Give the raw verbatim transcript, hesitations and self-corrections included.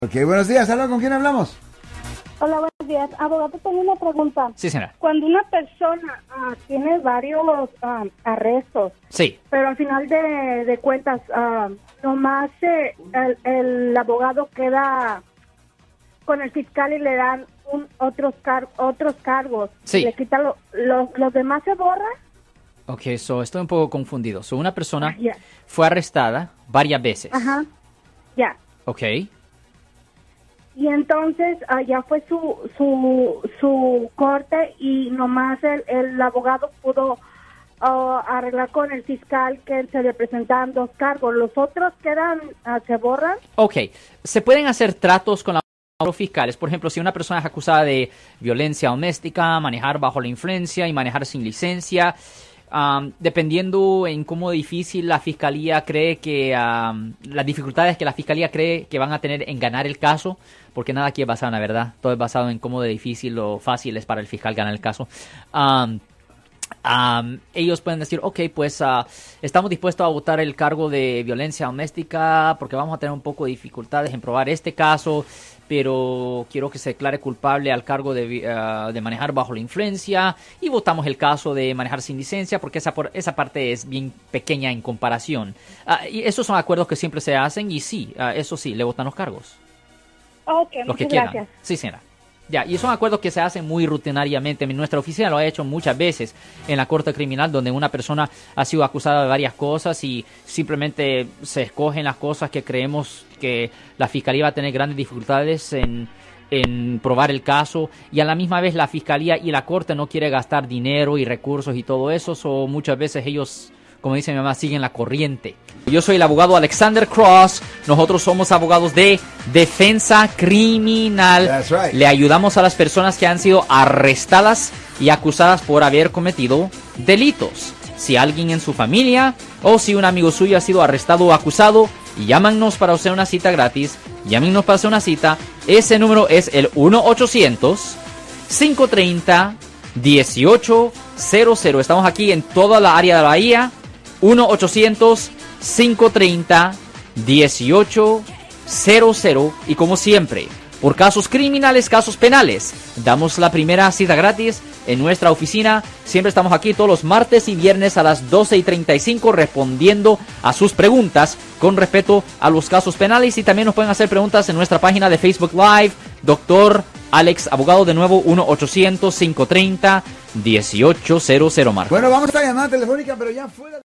Ok, buenos días. ¿Aló? ¿Con quién hablamos? Hola, buenos días. Abogado, tengo una pregunta. Sí, señora. Cuando una persona uh, tiene varios uh, arrestos, sí, pero al final de, de cuentas, uh, nomás eh, el, el abogado queda con el fiscal y le dan un, otros, car otros cargos. Sí. ¿Le quita lo, lo, los demás se borran? Ok, so estoy un poco confundido. So una persona Ah, yeah. fue arrestada varias veces. Ajá, ya. Ok. Y entonces uh, ya fue su, su, su corte y nomás el, el abogado pudo uh, arreglar con el fiscal que se le presentaban dos cargos. ¿Los otros quedan, uh, se borran? Ok, se pueden hacer tratos con los fiscales. Por ejemplo, si una persona es acusada de violencia doméstica, manejar bajo la influencia y manejar sin licencia, um, dependiendo en cómo difícil la fiscalía cree que, um, las dificultades que la fiscalía cree que van a tener en ganar el caso, porque nada aquí es basado en la verdad, todo es basado en cómo de difícil o fácil es para el fiscal ganar el caso. Um, Um, ellos pueden decir, ok, pues uh, estamos dispuestos a votar el cargo de violencia doméstica porque vamos a tener un poco de dificultades en probar este caso, pero quiero que se declare culpable al cargo de, uh, de manejar bajo la influencia, y votamos el caso de manejar sin licencia porque esa, por, esa parte es bien pequeña en comparación. Uh, y esos son acuerdos que siempre se hacen y sí, uh, eso sí, le votan los cargos. Ok, Los que muchas quieran. gracias. Sí, señora. Ya, y son acuerdos que se hacen muy rutinariamente. Nuestra oficina lo ha hecho muchas veces en la corte criminal, donde una persona ha sido acusada de varias cosas y simplemente se escogen las cosas que creemos que la fiscalía va a tener grandes dificultades en, en probar el caso, y a la misma vez la fiscalía y la corte no quiere gastar dinero y recursos y todo eso, o muchas veces ellos, como dice mi mamá, siguen la corriente. Yo soy el abogado Alexander Cross. Nosotros somos abogados de defensa criminal. That's right. Le ayudamos a las personas que han sido arrestadas y acusadas por haber cometido delitos. Si alguien en su familia o si un amigo suyo ha sido arrestado o acusado, llámanos para hacer una cita gratis. Llámenos para hacer una cita. Ese número es el uno ochocientos, cinco treinta, dieciocho cero cero. Estamos aquí en toda la área de la Bahía. uno ochocientos, cinco treinta, dieciocho cero cero. Y como siempre, por casos criminales, casos penales, damos la primera cita gratis en nuestra oficina. Siempre estamos aquí todos los martes y viernes a las doce y treinta y cinco respondiendo a sus preguntas con respecto a los casos penales. Y también nos pueden hacer preguntas en nuestra página de Facebook Live. Doctor Alex, abogado, de nuevo, uno ochocientos, cinco treinta, dieciocho cero cero, Marco. Bueno, vamos a esta llamada telefónica, pero ya fuera.